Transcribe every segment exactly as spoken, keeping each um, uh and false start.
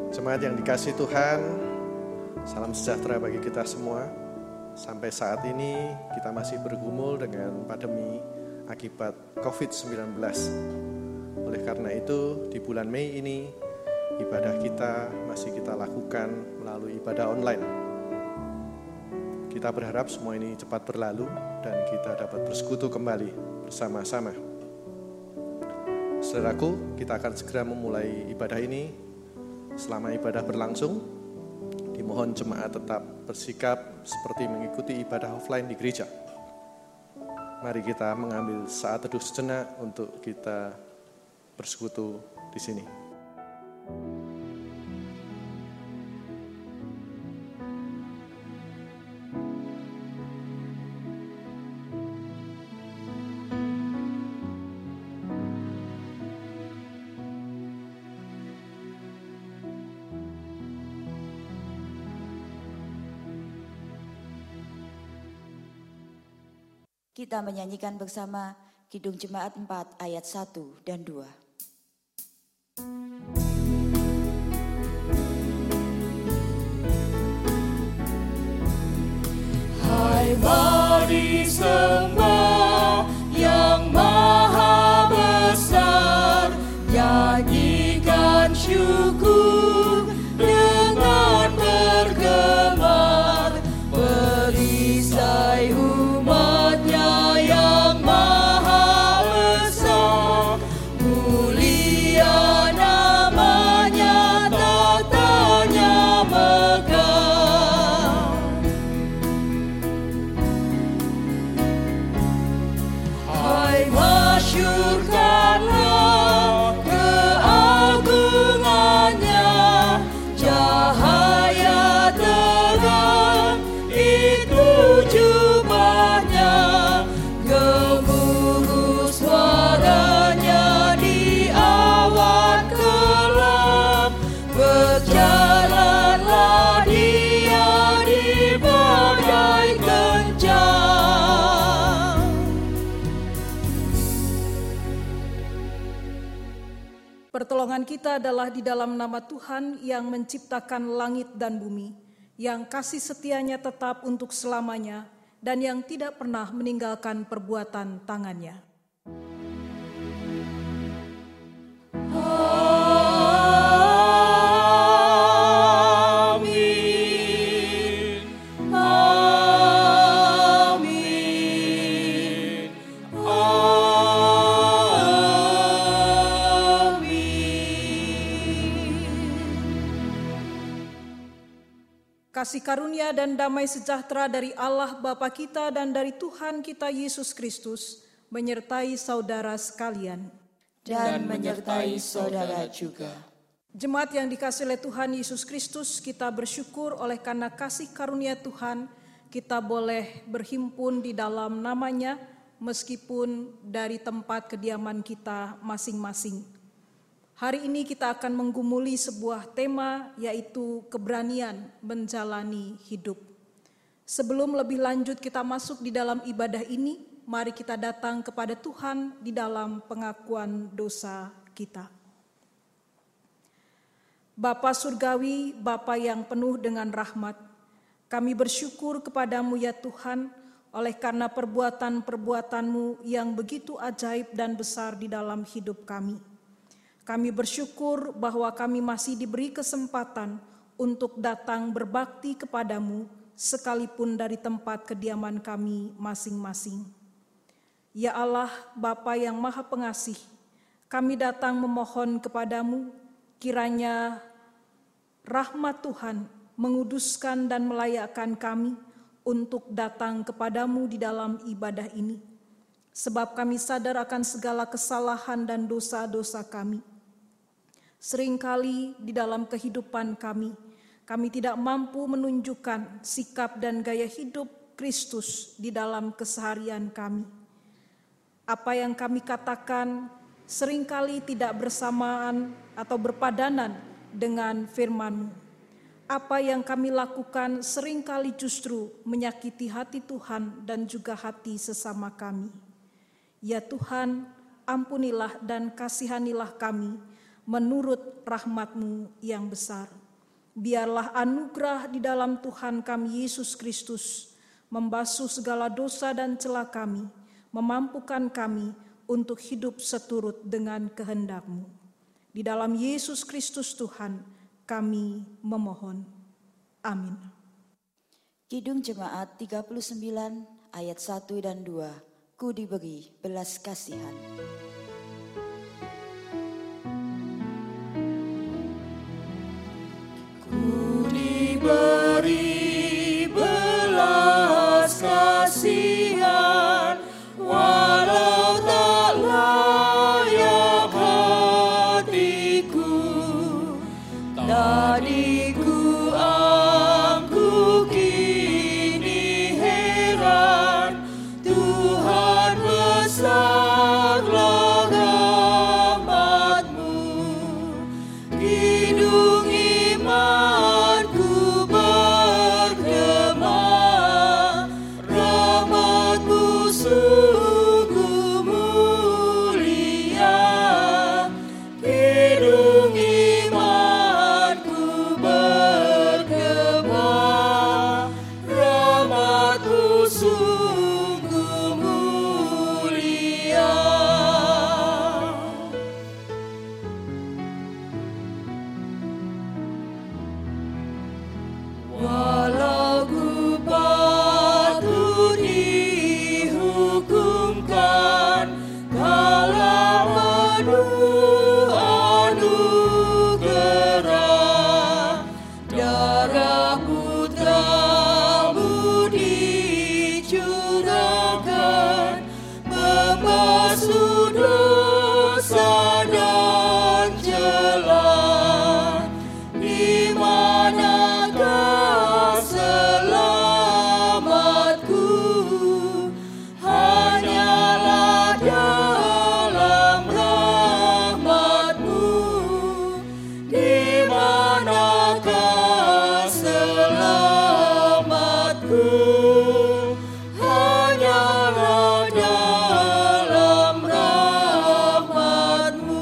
Jemaat yang dikasihi Tuhan, salam sejahtera bagi kita semua. Sampai saat ini kita masih bergumul dengan pandemi akibat covid sembilan belas. Oleh karena itu, di bulan Mei ini, ibadah kita masih kita lakukan melalui ibadah online. Kita berharap semua ini cepat berlalu dan kita dapat bersekutu kembali bersama-sama. Saudaraku, kita akan segera memulai ibadah ini. Selama ibadah berlangsung, dimohon jemaat tetap bersikap seperti mengikuti ibadah offline di gereja. Mari kita mengambil saat teduh sejenak untuk kita bersekutu di sini. Kita menyanyikan bersama Kidung Jemaat empat ayat satu dan dua. Hai mari sembah yang maha besar, nyanyikan syukur dengan bergemar, perisai umatnya yang maha besar, mulia namanya, tatanya megah. Hai masyurkanlah keagungannya, cahaya terang itu jubahnya, gemuruh suaranya di awan gelap, berjalanlah dia di badai kencang. Pertolongan kita adalah di dalam nama Tuhan yang menciptakan langit dan bumi, yang kasih setianya tetap untuk selamanya, dan yang tidak pernah meninggalkan perbuatan tangannya. Amin. Amin. Kasih karunia dan damai sejahtera dari Allah Bapa kita dan dari Tuhan kita Yesus Kristus menyertai saudara sekalian. Dan menyertai saudara juga. Jemaat yang dikasihi oleh Tuhan Yesus Kristus, kita bersyukur oleh karena kasih karunia Tuhan, kita boleh berhimpun di dalam namanya meskipun dari tempat kediaman kita masing-masing. Hari ini kita akan menggumuli sebuah tema, yaitu keberanian menjalani hidup. Sebelum lebih lanjut kita masuk di dalam ibadah ini, mari kita datang kepada Tuhan di dalam pengakuan dosa kita. Bapa Surgawi, Bapa yang penuh dengan rahmat, kami bersyukur kepadamu ya Tuhan, oleh karena perbuatan-perbuatan-Mu yang begitu ajaib dan besar di dalam hidup kami. Kami bersyukur bahwa kami masih diberi kesempatan untuk datang berbakti kepadamu sekalipun dari tempat kediaman kami masing-masing. Ya Allah, Bapa yang Maha Pengasih, kami datang memohon kepadamu, kiranya rahmat Tuhan menguduskan dan melayakkan kami untuk datang kepadamu di dalam ibadah ini. Sebab kami sadar akan segala kesalahan dan dosa-dosa kami. Seringkali di dalam kehidupan kami, kami tidak mampu menunjukkan sikap dan gaya hidup Kristus di dalam keseharian kami. Apa yang kami katakan seringkali tidak bersamaan atau berpadanan dengan firman-Mu. Apa yang kami lakukan seringkali justru menyakiti hati Tuhan dan juga hati sesama kami. Ya Tuhan, ampunilah dan kasihanilah kami, menurut rahmat-Mu yang besar. Biarlah anugerah di dalam Tuhan kami Yesus Kristus membasuh segala dosa dan celah kami, memampukan kami untuk hidup seturut dengan kehendak-Mu. Di dalam Yesus Kristus Tuhan kami memohon. Amin. Kidung Jemaat tiga puluh sembilan ayat satu dan dua. Ku diberi belas kasihan. Ku diberi belas kasihan, walau tak layak hatiku. Tadiku aku kini heran, Tuhan besarlah rahmat-Mu. Kidung imanku bergema, rahmat-Mu sungguh mulia. Kidung imanku bergema, rahmat-Mu sungguh mulia. Walau ku patut dihukumkan, Kaulah penuh anugerah. Darah Putra-Mu dicurahkan, membasuh dosa dan celah. Di manakah selamatku? Hanyalah dalam rahmat-Mu. Di manakah selamatku? Hanyalah dalam rahmat-Mu.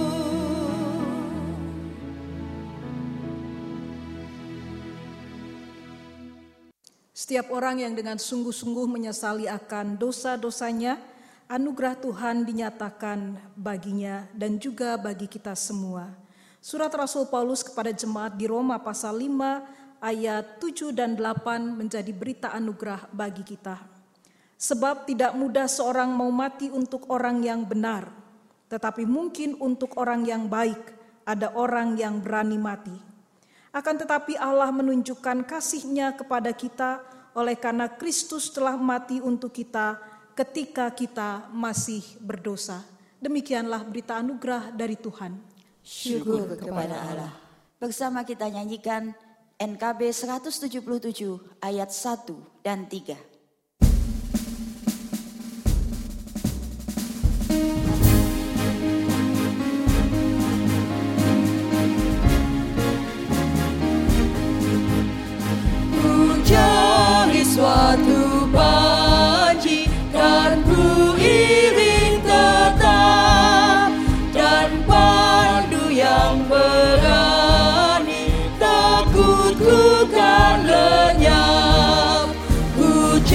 Setiap orang yang dengan sungguh-sungguh menyesali akan dosa-dosanya, anugerah Tuhan dinyatakan baginya dan juga bagi kita semua. Surat Rasul Paulus kepada jemaat di Roma pasal lima ayat tujuh dan delapan menjadi berita anugerah bagi kita. Sebab tidak mudah seorang mau mati untuk orang yang benar, tetapi mungkin untuk orang yang baik ada orang yang berani mati. Akan tetapi Allah menunjukkan kasih-Nya kepada kita oleh karena Kristus telah mati untuk kita ketika kita masih berdosa. Demikianlah berita anugerah dari Tuhan. Syukur kepada Allah. Bersama kita nyanyikan N K B seratus tujuh puluh tujuh ayat satu dan tiga. Suatu panji dan ku iring tetap, dan pandu yang berani takutku kan lenyap. Ku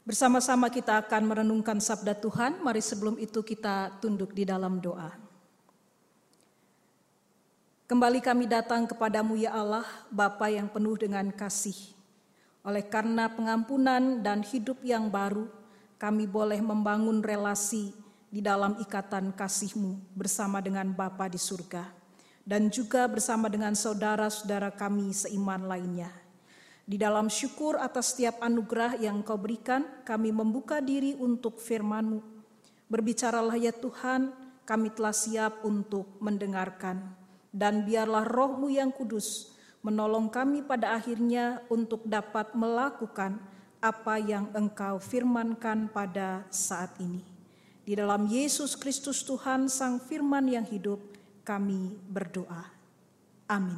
Bersama-sama kita akan merenungkan sabda Tuhan. Mari sebelum itu kita tunduk di dalam doa. Kembali kami datang kepadamu ya Allah, Bapa yang penuh dengan kasih. Oleh karena pengampunan dan hidup yang baru, kami boleh membangun relasi di dalam ikatan kasih-Mu bersama dengan Bapa di surga. Dan juga bersama dengan saudara-saudara kami seiman lainnya. Di dalam syukur atas setiap anugerah yang Kau berikan, kami membuka diri untuk firman-Mu. Berbicaralah ya Tuhan, kami telah siap untuk mendengarkan. Dan biarlah Roh-Mu yang kudus menolong kami pada akhirnya untuk dapat melakukan apa yang Engkau firmankan pada saat ini. Di dalam Yesus Kristus Tuhan, Sang Firman yang hidup, kami berdoa. Amin.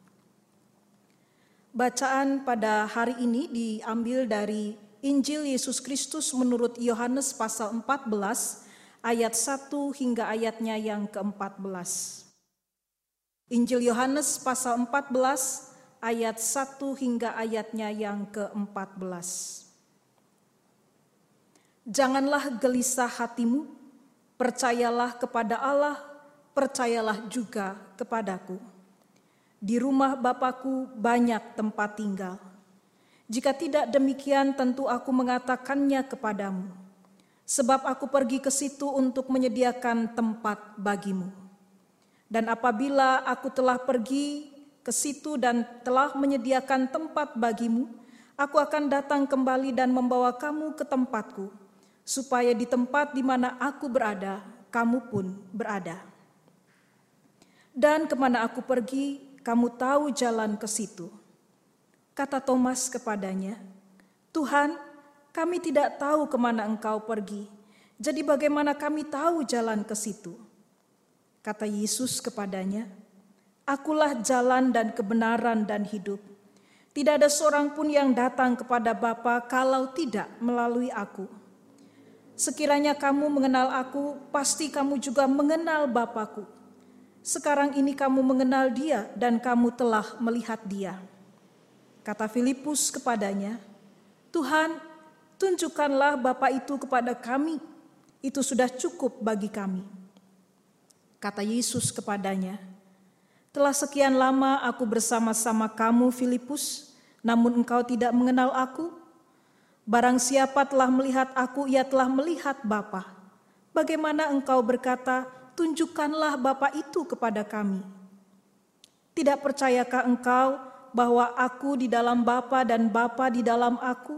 Bacaan pada hari ini diambil dari Injil Yesus Kristus menurut Yohanes pasal empat belas ayat satu hingga ayatnya yang keempat belas. Injil Yohanes pasal empat belas ayat satu hingga ayatnya yang keempat belas. Janganlah gelisah hatimu, percayalah kepada Allah, percayalah juga kepadaku. Di rumah Bapakku banyak tempat tinggal. Jika tidak demikian, tentu aku mengatakannya kepadamu. Sebab aku pergi ke situ untuk menyediakan tempat bagimu. Dan apabila aku telah pergi ke situ dan telah menyediakan tempat bagimu, aku akan datang kembali dan membawa kamu ke tempatku, supaya di tempat di mana aku berada, kamu pun berada. Dan kemana aku pergi, kamu tahu jalan ke situ. Kata Thomas kepadanya, Tuhan, kami tidak tahu kemana Engkau pergi, jadi bagaimana kami tahu jalan ke situ? Kata Yesus kepadanya, Akulah jalan dan kebenaran dan hidup. Tidak ada seorang pun yang datang kepada Bapa kalau tidak melalui aku. Sekiranya kamu mengenal aku, pasti kamu juga mengenal Bapa-Ku. Sekarang ini kamu mengenal Dia dan kamu telah melihat Dia. Kata Filipus kepadanya, Tuhan, tunjukkanlah Bapa itu kepada kami, itu sudah cukup bagi kami. Kata Yesus kepadanya, telah sekian lama aku bersama-sama kamu Filipus, namun engkau tidak mengenal aku. Barang siapa telah melihat aku, ia telah melihat Bapa. Bagaimana engkau berkata, tunjukkanlah Bapa itu kepada kami. Tidak percayakah engkau bahwa aku di dalam Bapa dan Bapa di dalam aku?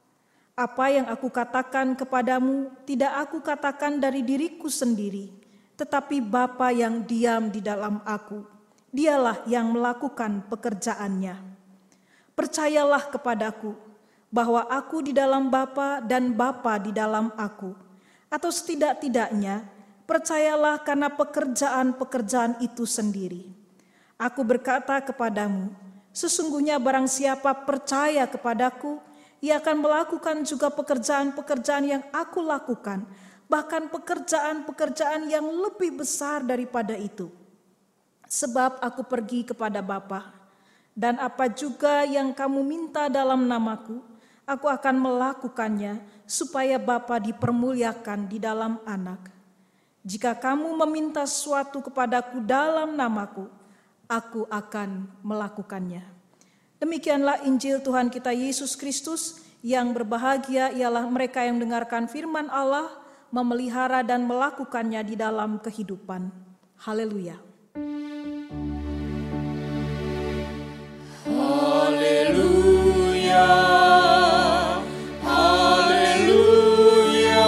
Apa yang aku katakan kepadamu, tidak aku katakan dari diriku sendiri, tetapi Bapa yang diam di dalam aku, Dialah yang melakukan pekerjaannya. Percayalah kepadaku bahwa aku di dalam Bapa dan Bapa di dalam aku, atau setidak-tidaknya percayalah karena pekerjaan-pekerjaan itu sendiri. Aku berkata kepadamu, sesungguhnya barang siapa percaya kepadaku, ia akan melakukan juga pekerjaan-pekerjaan yang aku lakukan, bahkan pekerjaan-pekerjaan yang lebih besar daripada itu. Sebab aku pergi kepada Bapa, dan apa juga yang kamu minta dalam namaku, aku akan melakukannya, supaya Bapa dipermuliakan di dalam Anak. Jika kamu meminta sesuatu kepadaku dalam namaku, aku akan melakukannya. Demikianlah Injil Tuhan kita Yesus Kristus. Yang berbahagia ialah mereka yang mendengarkan firman Allah, memelihara dan melakukannya di dalam kehidupan. Haleluya. Haleluya. Haleluya.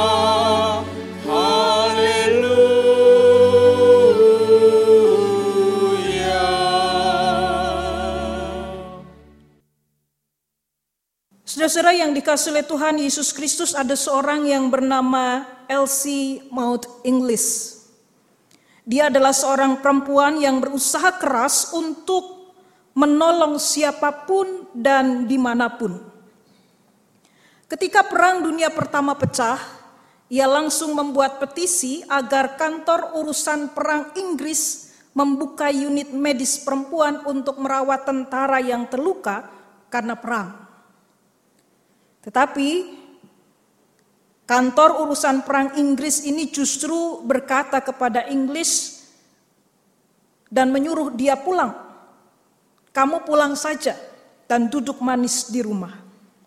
Haleluya. Saudara-saudara yang dikasihi oleh Tuhan Yesus Kristus, ada seorang yang bernama Elsie Maud Inglis. Dia adalah seorang perempuan yang berusaha keras untuk menolong siapapun dan dimanapun. Ketika Perang Dunia Pertama pecah, ia langsung membuat petisi agar kantor urusan perang Inggris membuka unit medis perempuan untuk merawat tentara yang terluka karena perang. Tetapi Kantor urusan perang Inggris ini justru berkata kepada Inggris dan menyuruh dia pulang. Kamu pulang saja dan duduk manis di rumah.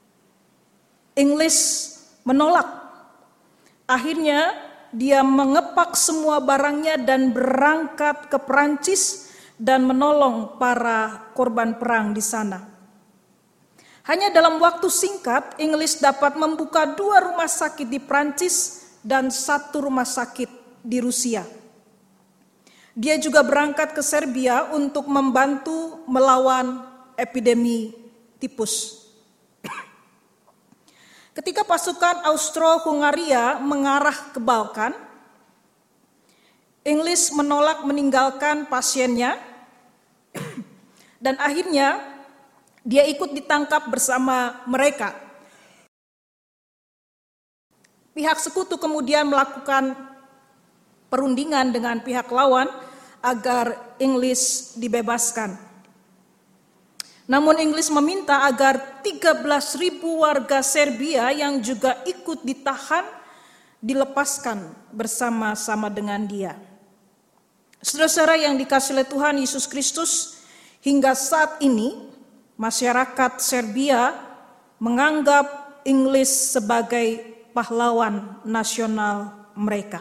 Inggris menolak. Akhirnya dia mengepak semua barangnya dan berangkat ke Perancis dan menolong para korban perang di sana. Hanya dalam waktu singkat, Inggris dapat membuka dua rumah sakit di Prancis dan satu rumah sakit di Rusia. Dia juga berangkat ke Serbia untuk membantu melawan epidemi tipus. Ketika pasukan Austro-Hungaria mengarah ke Balkan, Inggris menolak meninggalkan pasiennya dan akhirnya dia ikut ditangkap bersama mereka. Pihak sekutu kemudian melakukan perundingan dengan pihak lawan agar Inggris dibebaskan. Namun Inggris meminta agar tiga belas ribu warga Serbia yang juga ikut ditahan dilepaskan bersama-sama dengan dia. Saudara-saudara yang dikasihi oleh Tuhan Yesus Kristus, hingga saat ini masyarakat Serbia menganggap Inggris sebagai pahlawan nasional mereka.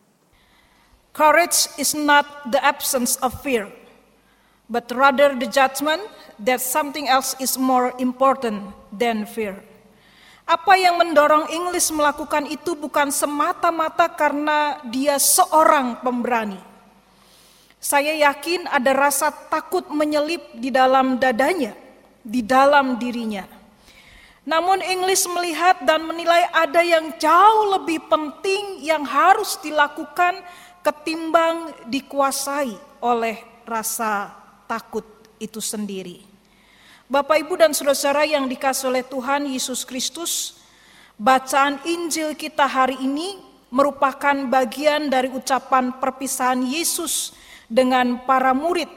Courage is not the absence of fear, but rather the judgment that something else is more important than fear. Apa yang mendorong Inggris melakukan itu bukan semata-mata karena dia seorang pemberani. Saya yakin ada rasa takut menyelip di dalam dadanya, di dalam dirinya. Namun Inggris melihat dan menilai ada yang jauh lebih penting yang harus dilakukan ketimbang dikuasai oleh rasa takut itu sendiri. Bapak, Ibu, dan saudara-saudara yang dikasihi oleh Tuhan Yesus Kristus, bacaan Injil kita hari ini merupakan bagian dari ucapan perpisahan Yesus dengan para murid.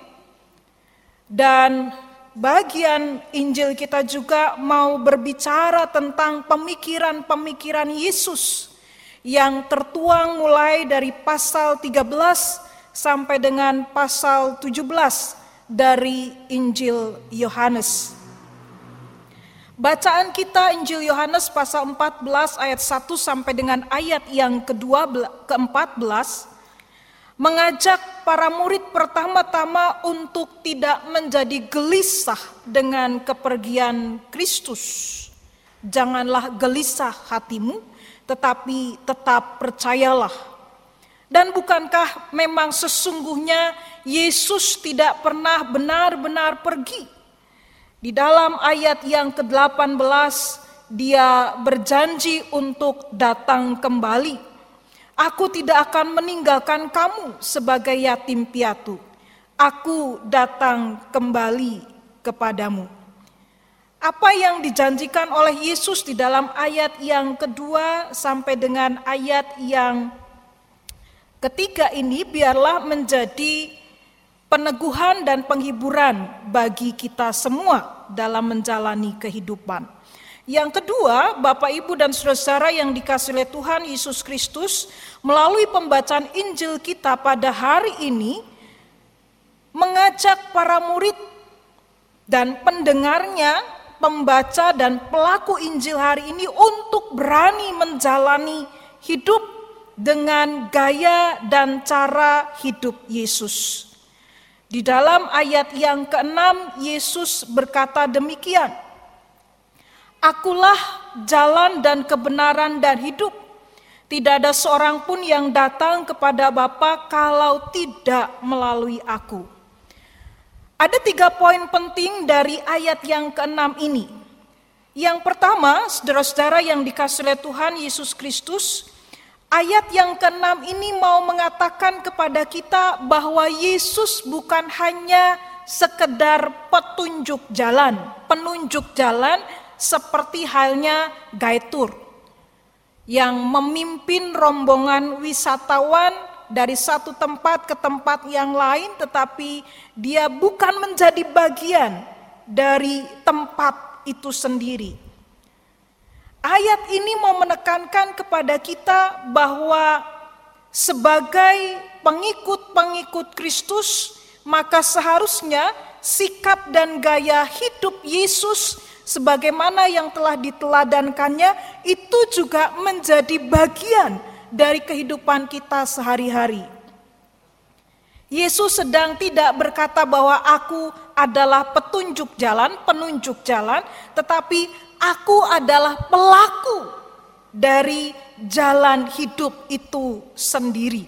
Dan bagian Injil kita juga mau berbicara tentang pemikiran-pemikiran Yesus yang tertuang mulai dari pasal tiga belas sampai dengan pasal tujuh belas dari Injil Yohanes. Bacaan kita Injil Yohanes pasal empat belas ayat satu sampai dengan ayat yang ke-empat belas mengajak para murid pertama-tama untuk tidak menjadi gelisah dengan kepergian Kristus. Janganlah gelisah hatimu, tetapi tetap percayalah. Dan bukankah memang sesungguhnya Yesus tidak pernah benar-benar pergi? Di dalam ayat yang ke-delapan belas, dia berjanji untuk datang kembali. Aku tidak akan meninggalkan kamu sebagai yatim piatu. Aku datang kembali kepadamu. Apa yang dijanjikan oleh Yesus di dalam ayat yang kedua sampai dengan ayat yang ketiga ini biarlah menjadi peneguhan dan penghiburan bagi kita semua dalam menjalani kehidupan. Yang kedua, Bapak, Ibu, dan saudara-saudara yang dikasihi oleh Tuhan Yesus Kristus, melalui pembacaan Injil kita pada hari ini, mengajak para murid dan pendengarnya, pembaca dan pelaku Injil hari ini untuk berani menjalani hidup dengan gaya dan cara hidup Yesus. Di dalam ayat yang keenam, Yesus berkata demikian, Akulah jalan dan kebenaran dan hidup. Tidak ada seorang pun yang datang kepada Bapa kalau tidak melalui aku. Ada tiga poin penting dari ayat yang keenam ini. Yang pertama, saudara-saudara yang dikasihi oleh Tuhan Yesus Kristus, ayat yang keenam ini mau mengatakan kepada kita bahwa Yesus bukan hanya sekedar petunjuk jalan, penunjuk jalan, seperti halnya guide tour yang memimpin rombongan wisatawan dari satu tempat ke tempat yang lain, tetapi dia bukan menjadi bagian dari tempat itu sendiri. Ayat ini mau menekankan kepada kita bahwa sebagai pengikut-pengikut Kristus, maka seharusnya sikap dan gaya hidup Yesus sebagaimana yang telah diteladankannya itu juga menjadi bagian dari kehidupan kita sehari-hari. Yesus sedang tidak berkata bahwa aku adalah petunjuk jalan, penunjuk jalan, tetapi aku adalah pelaku dari jalan hidup itu sendiri.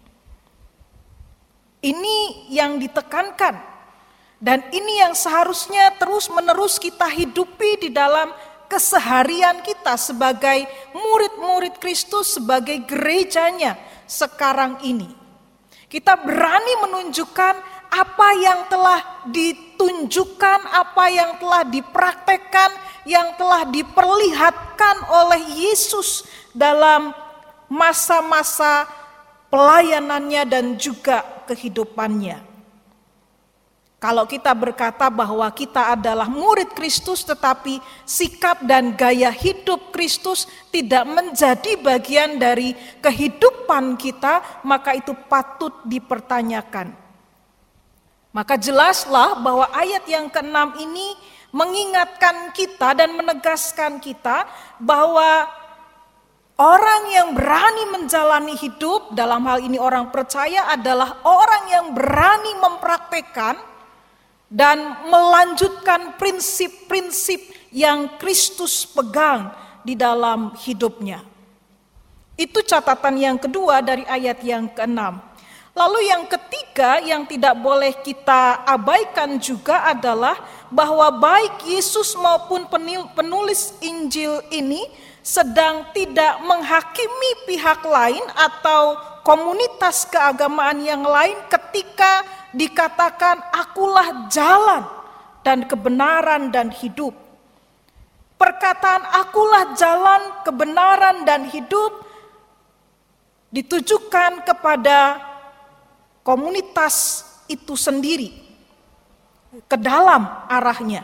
Ini yang ditekankan dan ini yang seharusnya terus-menerus kita hidupi di dalam keseharian kita sebagai murid-murid Kristus, sebagai gerejanya sekarang ini. Kita berani menunjukkan apa yang telah ditunjukkan, apa yang telah dipraktekkan, yang telah diperlihatkan oleh Yesus dalam masa-masa pelayanannya dan juga kehidupannya. Kalau kita berkata bahwa kita adalah murid Kristus tetapi sikap dan gaya hidup Kristus tidak menjadi bagian dari kehidupan kita, maka itu patut dipertanyakan. Maka jelaslah bahwa ayat yang keenam ini mengingatkan kita dan menegaskan kita bahwa orang yang berani menjalani hidup, dalam hal ini orang percaya, adalah orang yang berani mempraktekkan dan melanjutkan prinsip-prinsip yang Kristus pegang di dalam hidupnya. Itu catatan yang kedua dari ayat yang keenam. Lalu yang ketiga yang tidak boleh kita abaikan juga adalah bahwa baik Yesus maupun penulis Injil ini sedang tidak menghakimi pihak lain atau komunitas keagamaan yang lain ketika dikatakan akulah jalan dan kebenaran dan hidup. Perkataan akulah jalan, kebenaran dan hidup ditujukan kepada komunitas itu sendiri, ke dalam arahnya.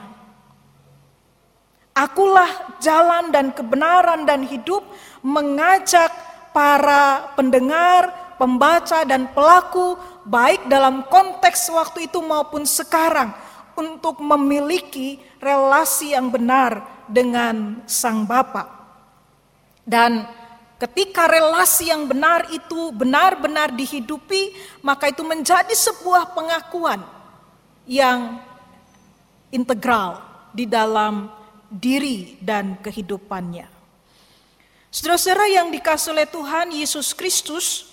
Akulah jalan dan kebenaran dan hidup mengajak para pendengar, pembaca dan pelaku baik dalam konteks waktu itu maupun sekarang untuk memiliki relasi yang benar dengan Sang Bapa. Dan ketika relasi yang benar itu benar-benar dihidupi, maka itu menjadi sebuah pengakuan yang integral di dalam diri dan kehidupannya. Saudara-saudara yang dikasihi oleh Tuhan Yesus Kristus,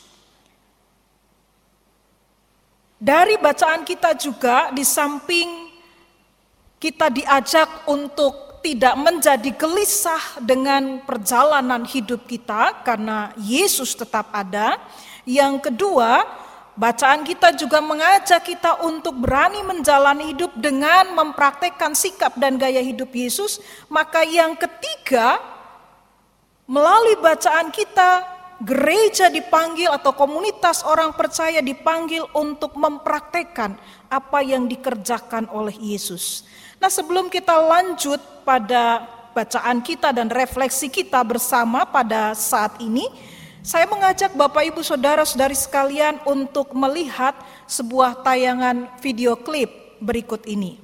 dari bacaan kita juga di samping kita diajak untuk tidak menjadi gelisah dengan perjalanan hidup kita karena Yesus tetap ada. Yang kedua, bacaan kita juga mengajak kita untuk berani menjalani hidup dengan mempraktekkan sikap dan gaya hidup Yesus. Maka yang ketiga, melalui bacaan kita, gereja dipanggil atau komunitas orang percaya dipanggil untuk mempraktekkan apa yang dikerjakan oleh Yesus. Nah, sebelum kita lanjut pada bacaan kita dan refleksi kita bersama pada saat ini, saya mengajak Bapak Ibu Saudara-saudari sekalian untuk melihat sebuah tayangan video klip berikut ini.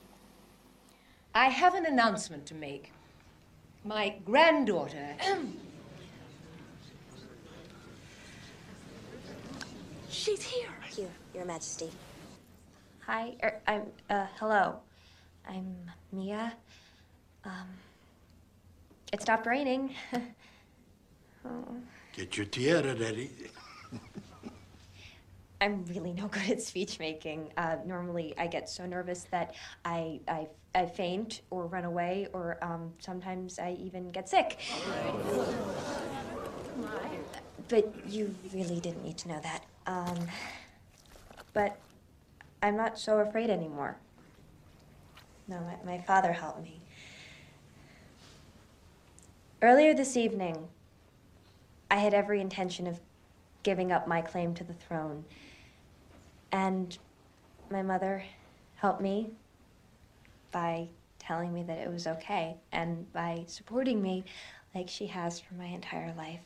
I have an announcement to make. My granddaughter... She's here. Here, Your Majesty. Hi, er, I'm, uh, hello. I'm Mia. Um, it stopped raining. Oh. Get your tiara ready. I'm really no good at speech making. Uh, normally, I get so nervous that I, I, I faint or run away, or um, sometimes I even get sick. But you really didn't need to know that. Um, but I'm not so afraid anymore. No, my, my father helped me. Earlier this evening, I had every intention of giving up my claim to the throne. And my mother helped me by telling me that it was okay and by supporting me like she has for my entire life.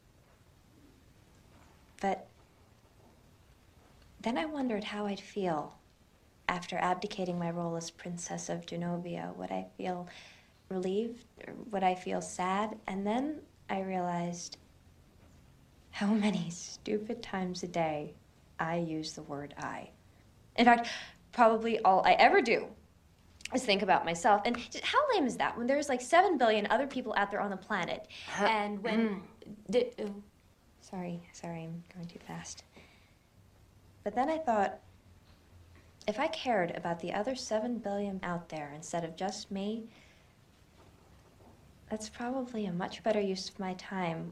But then I wondered how I'd feel after abdicating my role as Princess of Genovia. Would I feel relieved, or would I feel sad? And then I realized how many stupid times a day I use the word I. In fact, probably all I ever do is think about myself. And just, how lame is that when there's like seven billion other people out there on the planet? And when... di- oh, sorry, sorry, I'm going too fast. But then I thought, if I cared about the other seven billion out there instead of just me, that's probably a much better use of my time.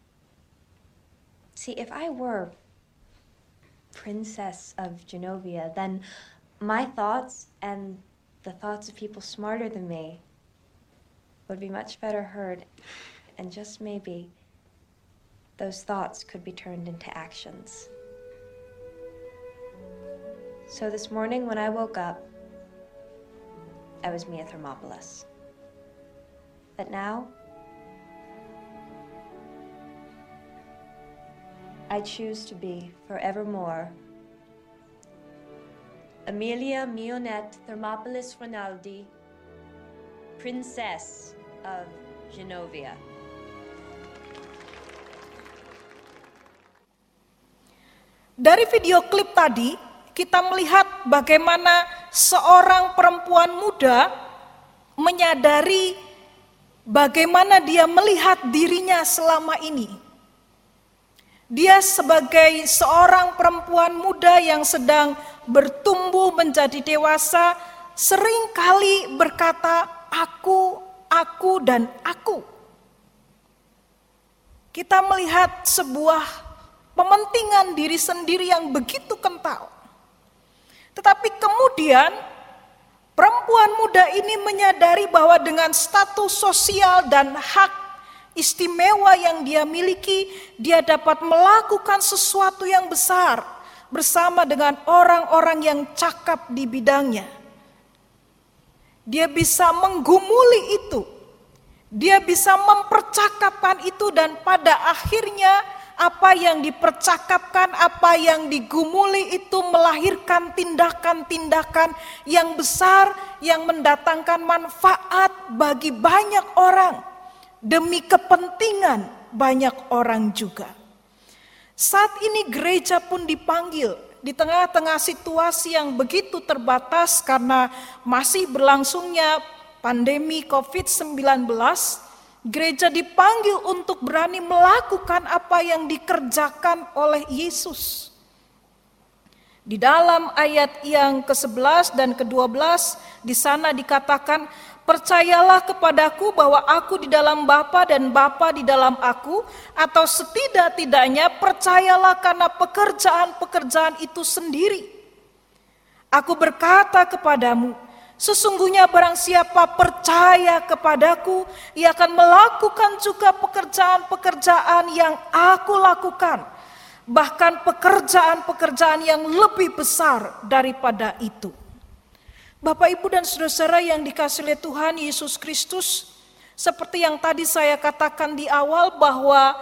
See, if I were Princess of Genovia, then my thoughts and the thoughts of people smarter than me would be much better heard, and just maybe those thoughts could be turned into actions. So this morning when I woke up, I was Mia Thermopolis. But now, I choose to be forevermore Amelia Mionette Thermopolis Rinaldi, Princess of Genovia. Dari video klip tadi, kita melihat bagaimana seorang perempuan muda menyadari bagaimana dia melihat dirinya selama ini. Dia sebagai seorang perempuan muda yang sedang bertumbuh menjadi dewasa, seringkali berkata, aku, aku, dan aku. Kita melihat sebuah pementingan diri sendiri yang begitu kental. Tetapi kemudian perempuan muda ini menyadari bahwa dengan status sosial dan hak istimewa yang dia miliki, dia dapat melakukan sesuatu yang besar bersama dengan orang-orang yang cakap di bidangnya. Dia bisa menggumuli itu, dia bisa mempercakapkan itu, dan pada akhirnya apa yang dipercakapkan, apa yang digumuli itu melahirkan tindakan-tindakan yang besar yang mendatangkan manfaat bagi banyak orang, demi kepentingan banyak orang juga. Saat ini gereja pun dipanggil di tengah-tengah situasi yang begitu terbatas karena masih berlangsungnya pandemi covid sembilan belas. Gereja dipanggil untuk berani melakukan apa yang dikerjakan oleh Yesus. Di dalam ayat yang kesebelas dan kedua belas, di sana dikatakan, percayalah kepadaku bahwa aku di dalam Bapa dan Bapa di dalam aku, atau setidak-tidaknya percayalah karena pekerjaan-pekerjaan itu sendiri. Aku berkata kepadamu, sesungguhnya barang siapa percaya kepadaku, ia akan melakukan juga pekerjaan-pekerjaan yang aku lakukan. Bahkan pekerjaan-pekerjaan yang lebih besar daripada itu. Bapak, Ibu, dan saudara-saudara yang dikasihi oleh Tuhan Yesus Kristus, seperti yang tadi saya katakan di awal bahwa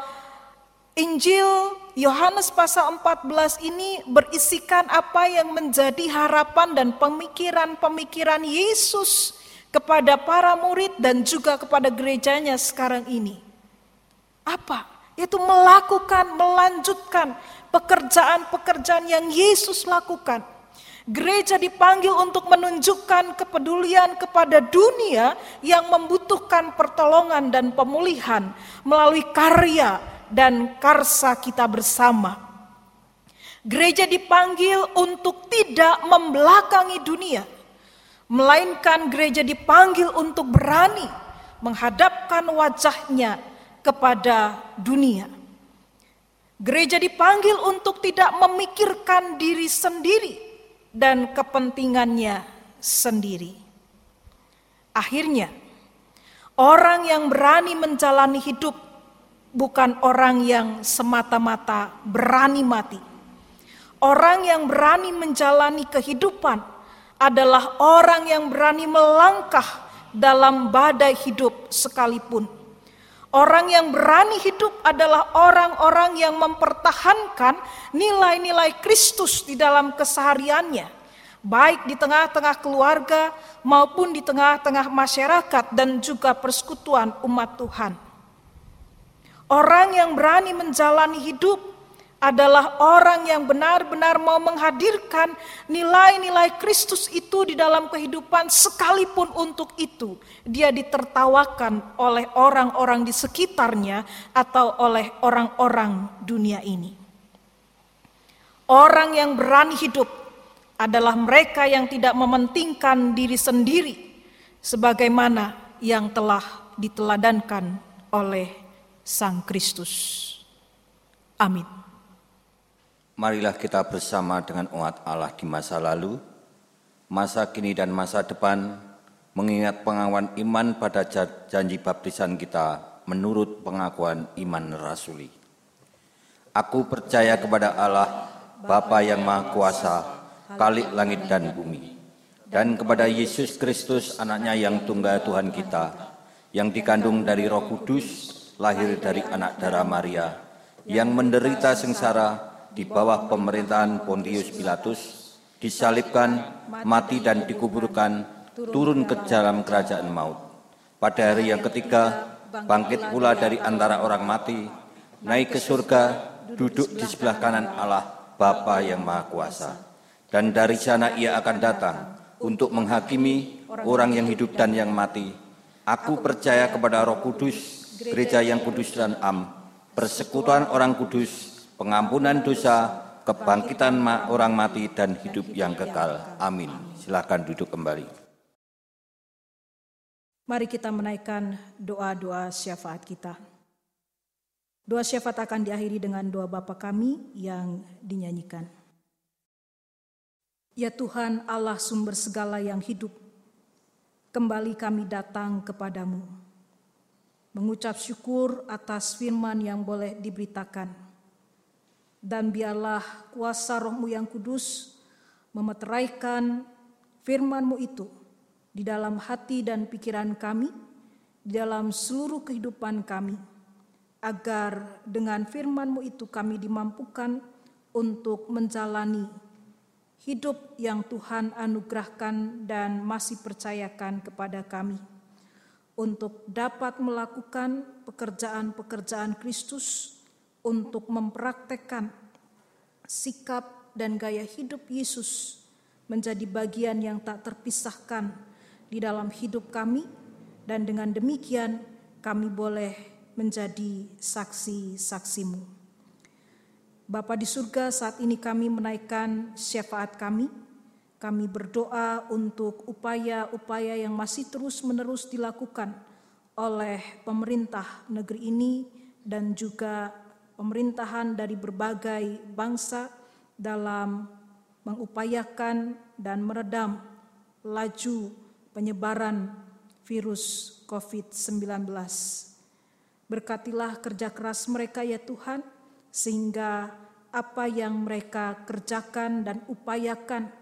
Injil Yohanes pasal empat belas ini berisikan apa yang menjadi harapan dan pemikiran-pemikiran Yesus kepada para murid dan juga kepada gerejanya sekarang ini. Apa? Yaitu melakukan, melanjutkan pekerjaan-pekerjaan yang Yesus lakukan. Gereja dipanggil untuk menunjukkan kepedulian kepada dunia yang membutuhkan pertolongan dan pemulihan melalui karya dan karsa kita bersama. Gereja dipanggil untuk tidak membelakangi dunia, melainkan gereja dipanggil untuk berani menghadapkan wajahnya kepada dunia. Gereja dipanggil untuk tidak memikirkan diri sendiri dan kepentingannya sendiri. Akhirnya, orang yang berani menjalani hidup bukan orang yang semata-mata berani mati. Orang yang berani menjalani kehidupan adalah orang yang berani melangkah dalam badai hidup sekalipun. Orang yang berani hidup adalah orang-orang yang mempertahankan nilai-nilai Kristus di dalam kesehariannya, baik di tengah-tengah keluarga maupun di tengah-tengah masyarakat dan juga persekutuan umat Tuhan. Orang yang berani menjalani hidup adalah orang yang benar-benar mau menghadirkan nilai-nilai Kristus itu di dalam kehidupan, sekalipun untuk itu dia ditertawakan oleh orang-orang di sekitarnya atau oleh orang-orang dunia ini. Orang yang berani hidup adalah mereka yang tidak mementingkan diri sendiri sebagaimana yang telah diteladankan oleh Sang Kristus. Amin. Marilah kita bersama dengan umat Allah di masa lalu, masa kini dan masa depan, mengingat pengakuan iman pada janji baptisan kita menurut pengakuan iman rasuli. Aku percaya kepada Allah, Bapa yang Maha Kuasa, Khalik langit dan bumi, dan kepada Yesus Kristus, anaknya yang tunggal Tuhan kita, yang dikandung dari Roh Kudus, lahir dari anak darah Maria, yang menderita sengsara di bawah pemerintahan Pontius Pilatus, disalibkan, mati dan dikuburkan, turun ke dalam kerajaan maut. Pada hari yang ketiga, bangkit pula dari antara orang mati, naik ke surga, duduk di sebelah kanan Allah, Bapa yang Maha Kuasa. Dan dari sana ia akan datang untuk menghakimi orang yang hidup dan yang mati. Aku percaya kepada Roh Kudus, gereja yang kudus dan am, persekutuan orang kudus, pengampunan dosa, kebangkitan orang mati, dan hidup yang kekal. Amin. Silakan duduk kembali. Mari kita menaikkan doa-doa syafaat kita. Doa syafaat akan diakhiri dengan doa Bapa kami yang dinyanyikan. Ya Tuhan Allah sumber segala yang hidup, kembali kami datang kepadamu, mengucap syukur atas firman yang boleh diberitakan. Dan biarlah kuasa Roh-Mu yang kudus memeteraikan firman-Mu itu di dalam hati dan pikiran kami, di dalam seluruh kehidupan kami, agar dengan firman-Mu itu kami dimampukan untuk menjalani hidup yang Tuhan anugerahkan dan masih percayakan kepada kami, untuk dapat melakukan pekerjaan-pekerjaan Kristus, untuk mempraktekkan sikap dan gaya hidup Yesus menjadi bagian yang tak terpisahkan di dalam hidup kami, dan dengan demikian kami boleh menjadi saksi-saksi-Mu. Bapa di surga, saat ini kami menaikkan syafaat kami. Kami berdoa untuk upaya-upaya yang masih terus-menerus dilakukan oleh pemerintah negeri ini dan juga pemerintahan dari berbagai bangsa dalam mengupayakan dan meredam laju penyebaran virus covid sembilan belas. Berkatilah kerja keras mereka ya Tuhan, sehingga apa yang mereka kerjakan dan upayakan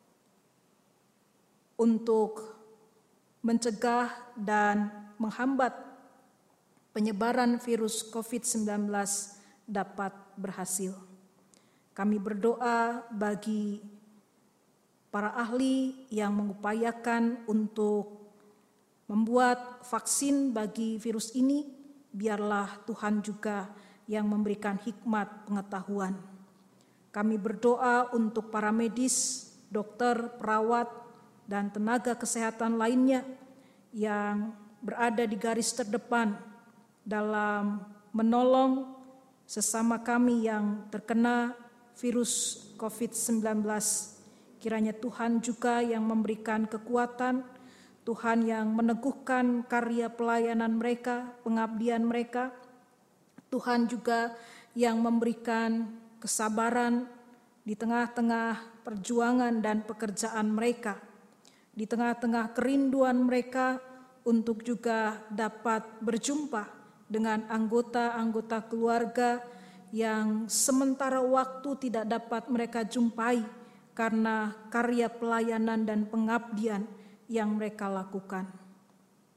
untuk mencegah dan menghambat penyebaran virus covid sembilan belas dapat berhasil. Kami berdoa bagi para ahli yang mengupayakan untuk membuat vaksin bagi virus ini, biarlah Tuhan juga yang memberikan hikmat pengetahuan. Kami berdoa untuk para medis, dokter, perawat, dan tenaga kesehatan lainnya yang berada di garis terdepan dalam menolong sesama kami yang terkena virus covid sembilan belas. Kiranya Tuhan juga yang memberikan kekuatan, Tuhan yang meneguhkan karya pelayanan mereka, pengabdian mereka, Tuhan juga yang memberikan kesabaran di tengah-tengah perjuangan dan pekerjaan mereka, di tengah-tengah kerinduan mereka untuk juga dapat berjumpa dengan anggota-anggota keluarga yang sementara waktu tidak dapat mereka jumpai karena karya pelayanan dan pengabdian yang mereka lakukan.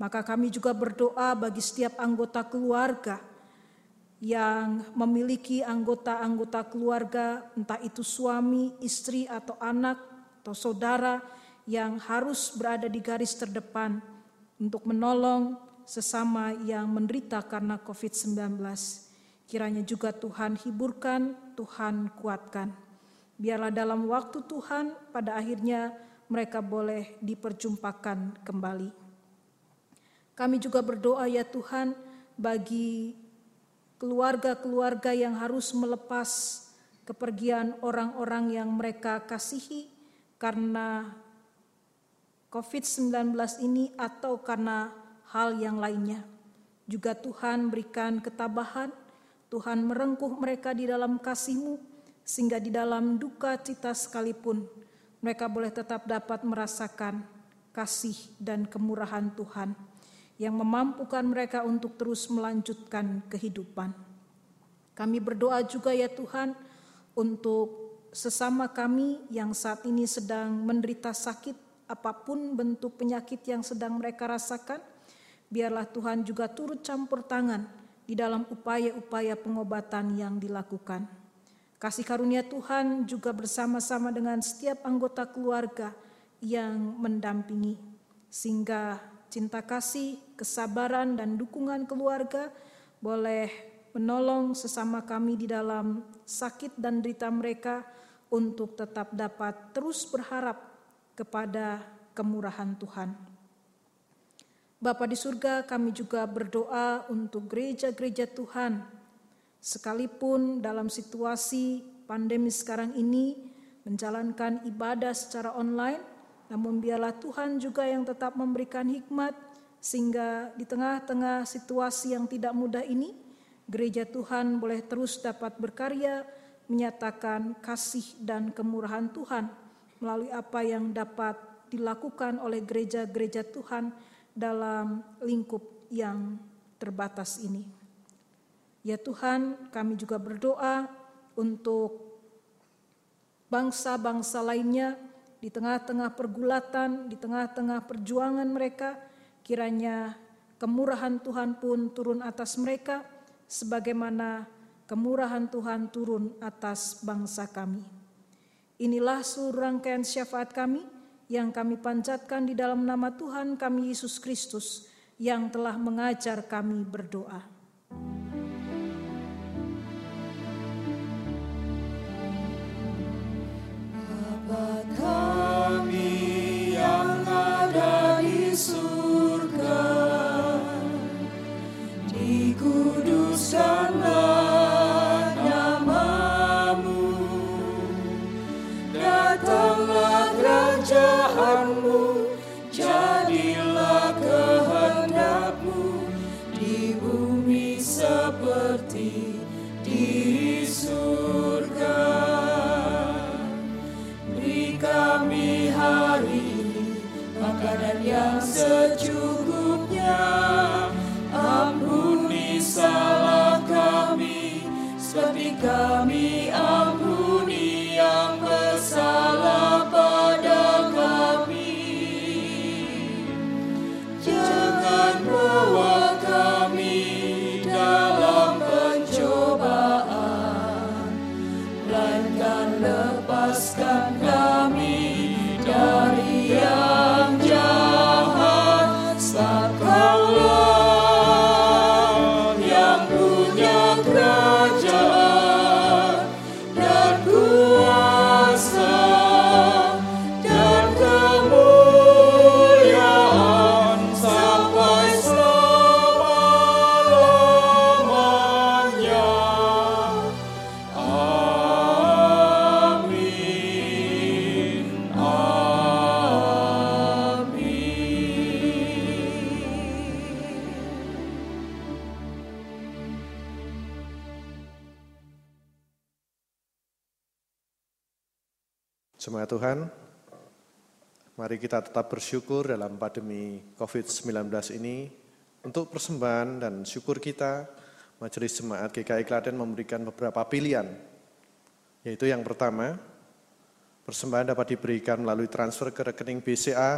Maka kami juga berdoa bagi setiap anggota keluarga yang memiliki anggota-anggota keluarga, entah itu suami, istri, atau anak, atau saudara yang harus berada di garis terdepan untuk menolong sesama yang menderita karena covid sembilan belas. Kiranya juga Tuhan hiburkan, Tuhan kuatkan. Biarlah dalam waktu Tuhan pada akhirnya mereka boleh diperjumpakan kembali. Kami juga berdoa ya Tuhan bagi keluarga-keluarga yang harus melepas kepergian orang-orang yang mereka kasihi karena covid sembilan belas ini atau karena hal yang lainnya. Juga Tuhan berikan ketabahan, Tuhan merengkuh mereka di dalam kasih-Mu, sehingga di dalam duka cita sekalipun mereka boleh tetap dapat merasakan kasih dan kemurahan Tuhan yang memampukan mereka untuk terus melanjutkan kehidupan. Kami berdoa juga ya Tuhan untuk sesama kami yang saat ini sedang menderita sakit, apapun bentuk penyakit yang sedang mereka rasakan, biarlah Tuhan juga turut campur tangan di dalam upaya-upaya pengobatan yang dilakukan. Kasih karunia Tuhan juga bersama-sama dengan setiap anggota keluarga yang mendampingi, sehingga cinta kasih, kesabaran, dan dukungan keluarga boleh menolong sesama kami di dalam sakit dan derita mereka untuk tetap dapat terus berharap kepada kemurahan Tuhan. Bapa di surga, kami juga berdoa untuk gereja-gereja Tuhan, sekalipun dalam situasi pandemi sekarang ini menjalankan ibadah secara online, namun biarlah Tuhan juga yang tetap memberikan hikmat sehingga di tengah-tengah situasi yang tidak mudah ini, gereja Tuhan boleh terus dapat berkarya menyatakan kasih dan kemurahan Tuhan melalui apa yang dapat dilakukan oleh gereja-gereja Tuhan dalam lingkup yang terbatas ini. Ya Tuhan, kami juga berdoa untuk bangsa-bangsa lainnya di tengah-tengah pergulatan, di tengah-tengah perjuangan mereka, kiranya kemurahan Tuhan pun turun atas mereka, sebagaimana kemurahan Tuhan turun atas bangsa kami. Inilah seluruh rangkaian syafaat kami, yang kami panjatkan di dalam nama Tuhan kami Yesus Kristus, yang telah mengajar kami berdoa. Bapa kami yang ada di surga, dikuduskanlah nama-Mu, datanglah kerajaan-Mu, jadilah kehendak-Mu di bumi seperti di surga. Kami hari ini makanan yang secukupnya, ampuni salah kami seperti kami ampuni yang bersalah pada kami. Jangan bawa kami dalam pencobaan, melainkan lepaskan kami dari yang jahat. Sebab Kaulah yang punya kerajaan dan kuasa dan kemuliaan sampai selama-lamanya. Jemaat Tuhan, mari kita tetap bersyukur dalam pandemi covid sembilan belas ini. Untuk persembahan dan syukur kita, Majelis Jemaat G K I Klaten memberikan beberapa pilihan. Yaitu yang pertama, persembahan dapat diberikan melalui transfer ke rekening B C A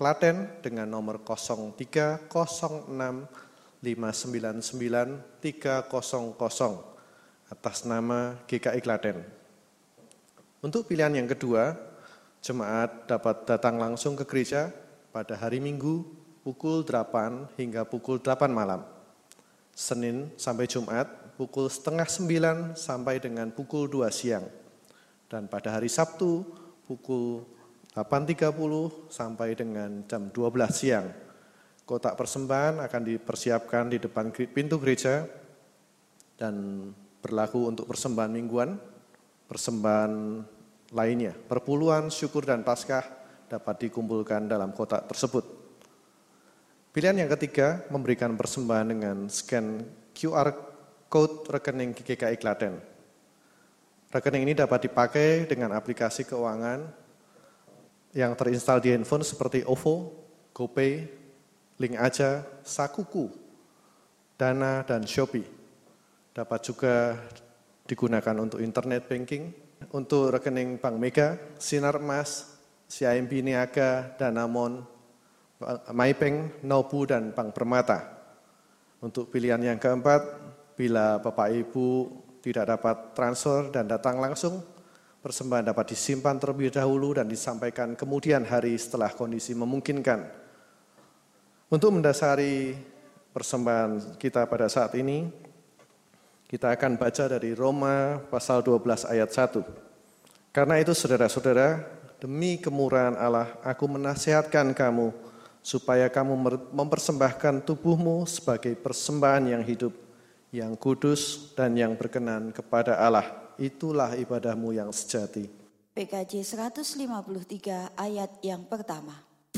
Klaten dengan nomor nol tiga nol enam lima sembilan sembilan tiga nol nol atas nama G K I Klaten. Untuk pilihan yang kedua, jemaat dapat datang langsung ke gereja pada hari Minggu pukul delapan hingga pukul delapan malam. Senin sampai Jumat pukul setengah sembilan sampai dengan pukul dua siang. Dan pada hari Sabtu pukul delapan tiga puluh sampai dengan jam dua belas siang. Kotak persembahan akan dipersiapkan di depan pintu gereja dan berlaku untuk persembahan mingguan, persembahan lainnya. Perpuluhan, syukur, dan Paskah dapat dikumpulkan dalam kotak tersebut. Pilihan yang ketiga, memberikan persembahan dengan scan Q R Code rekening G K I Klaten. Rekening ini dapat dipakai dengan aplikasi keuangan yang terinstal di handphone seperti O V O, GoPay, Link Aja, Sakuku, Dana, dan Shopee. Dapat juga digunakan untuk internet banking, untuk rekening Bank Mega, Sinar Emas, C I M B Niaga, Danamon, Maybank, Nobu, dan Bank Permata. Untuk pilihan yang keempat, bila Bapak Ibu tidak dapat transfer dan datang langsung, persembahan dapat disimpan terlebih dahulu dan disampaikan kemudian hari setelah kondisi memungkinkan. Untuk mendasari persembahan kita pada saat ini, kita akan baca dari Roma pasal dua belas ayat satu. Karena itu saudara-saudara, demi kemurahan Allah, aku menasihatkan kamu supaya kamu mempersembahkan tubuhmu sebagai persembahan yang hidup, yang kudus, dan yang berkenan kepada Allah. Itulah ibadahmu yang sejati. P K J seratus lima puluh tiga ayat yang pertama.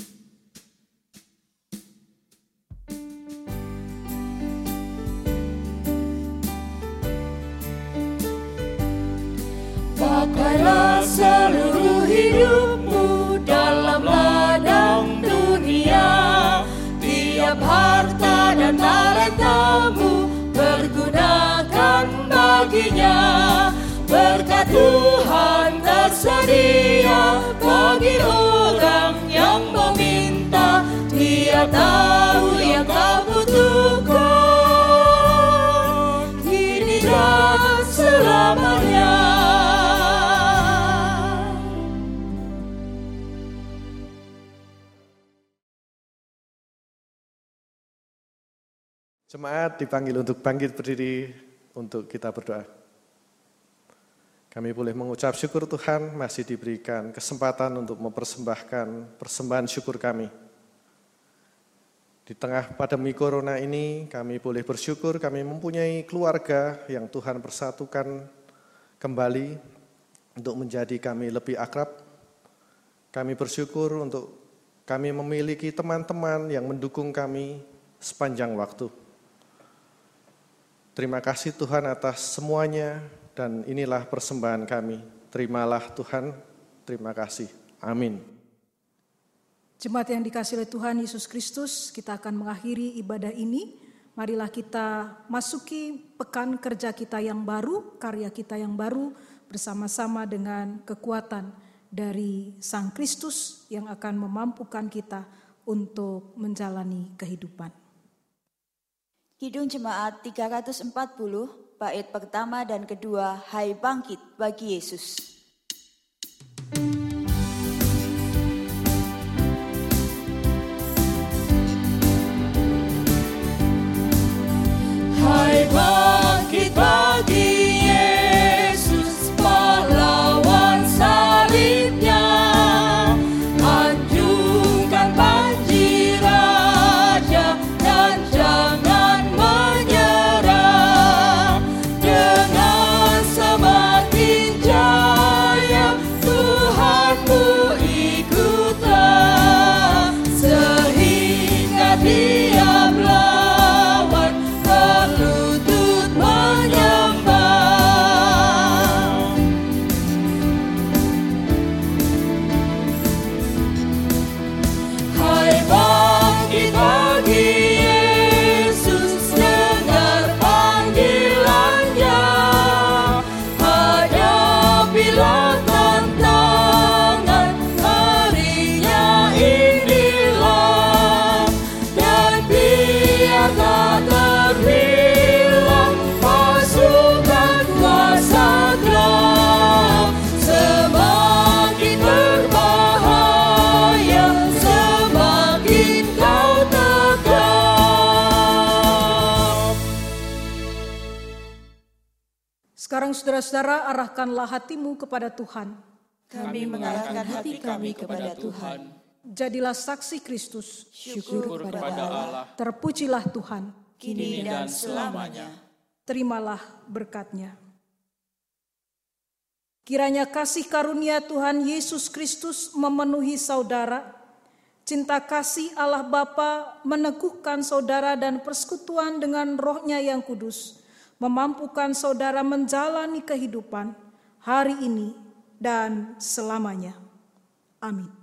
Pakailah seluruh hidupmu dalam ladang dunia, tiap harta dan talentamu pergunakan baginya. Berkat Tuhan tersedia bagi orang yang meminta. Dia tahu yang kau butuhkan kini dan selamanya. Jemaat dipanggil untuk bangkit berdiri untuk kita berdoa. Kami boleh mengucap syukur Tuhan masih diberikan kesempatan untuk mempersembahkan persembahan syukur kami. Di tengah pandemi corona ini kami boleh bersyukur kami mempunyai keluarga yang Tuhan persatukan kembali untuk menjadi kami lebih akrab. Kami bersyukur untuk kami memiliki teman-teman yang mendukung kami sepanjang waktu. Terima kasih Tuhan atas semuanya. Dan inilah persembahan kami. Terimalah Tuhan, terima kasih. Amin. Jemaat yang dikasihi oleh Tuhan Yesus Kristus, kita akan mengakhiri ibadah ini. Marilah kita masuki pekan kerja kita yang baru, karya kita yang baru, bersama-sama dengan kekuatan dari Sang Kristus yang akan memampukan kita untuk menjalani kehidupan. Kidung Jemaat tiga ratus empat puluh, bait pertama dan kedua, Hai bangkit bagi Yesus. Hai bangkit bagi Yesus, pahlawan salibnya, anjungkan banjir raja dan jangan menyerah. Dengan semakin jauh Sekarang saudara-saudara, arahkanlah hatimu kepada Tuhan. Kami mengarahkan hati kami kepada Tuhan. Jadilah saksi Kristus. Syukur kepada Allah. Terpujilah Tuhan. Kini dan selamanya. Terimalah berkat-Nya. Kiranya kasih karunia Tuhan Yesus Kristus memenuhi saudara. Cinta kasih Allah Bapa meneguhkan saudara dan persekutuan dengan Roh-Nya yang kudus memampukan saudara menjalani kehidupan hari ini dan selamanya. Amin.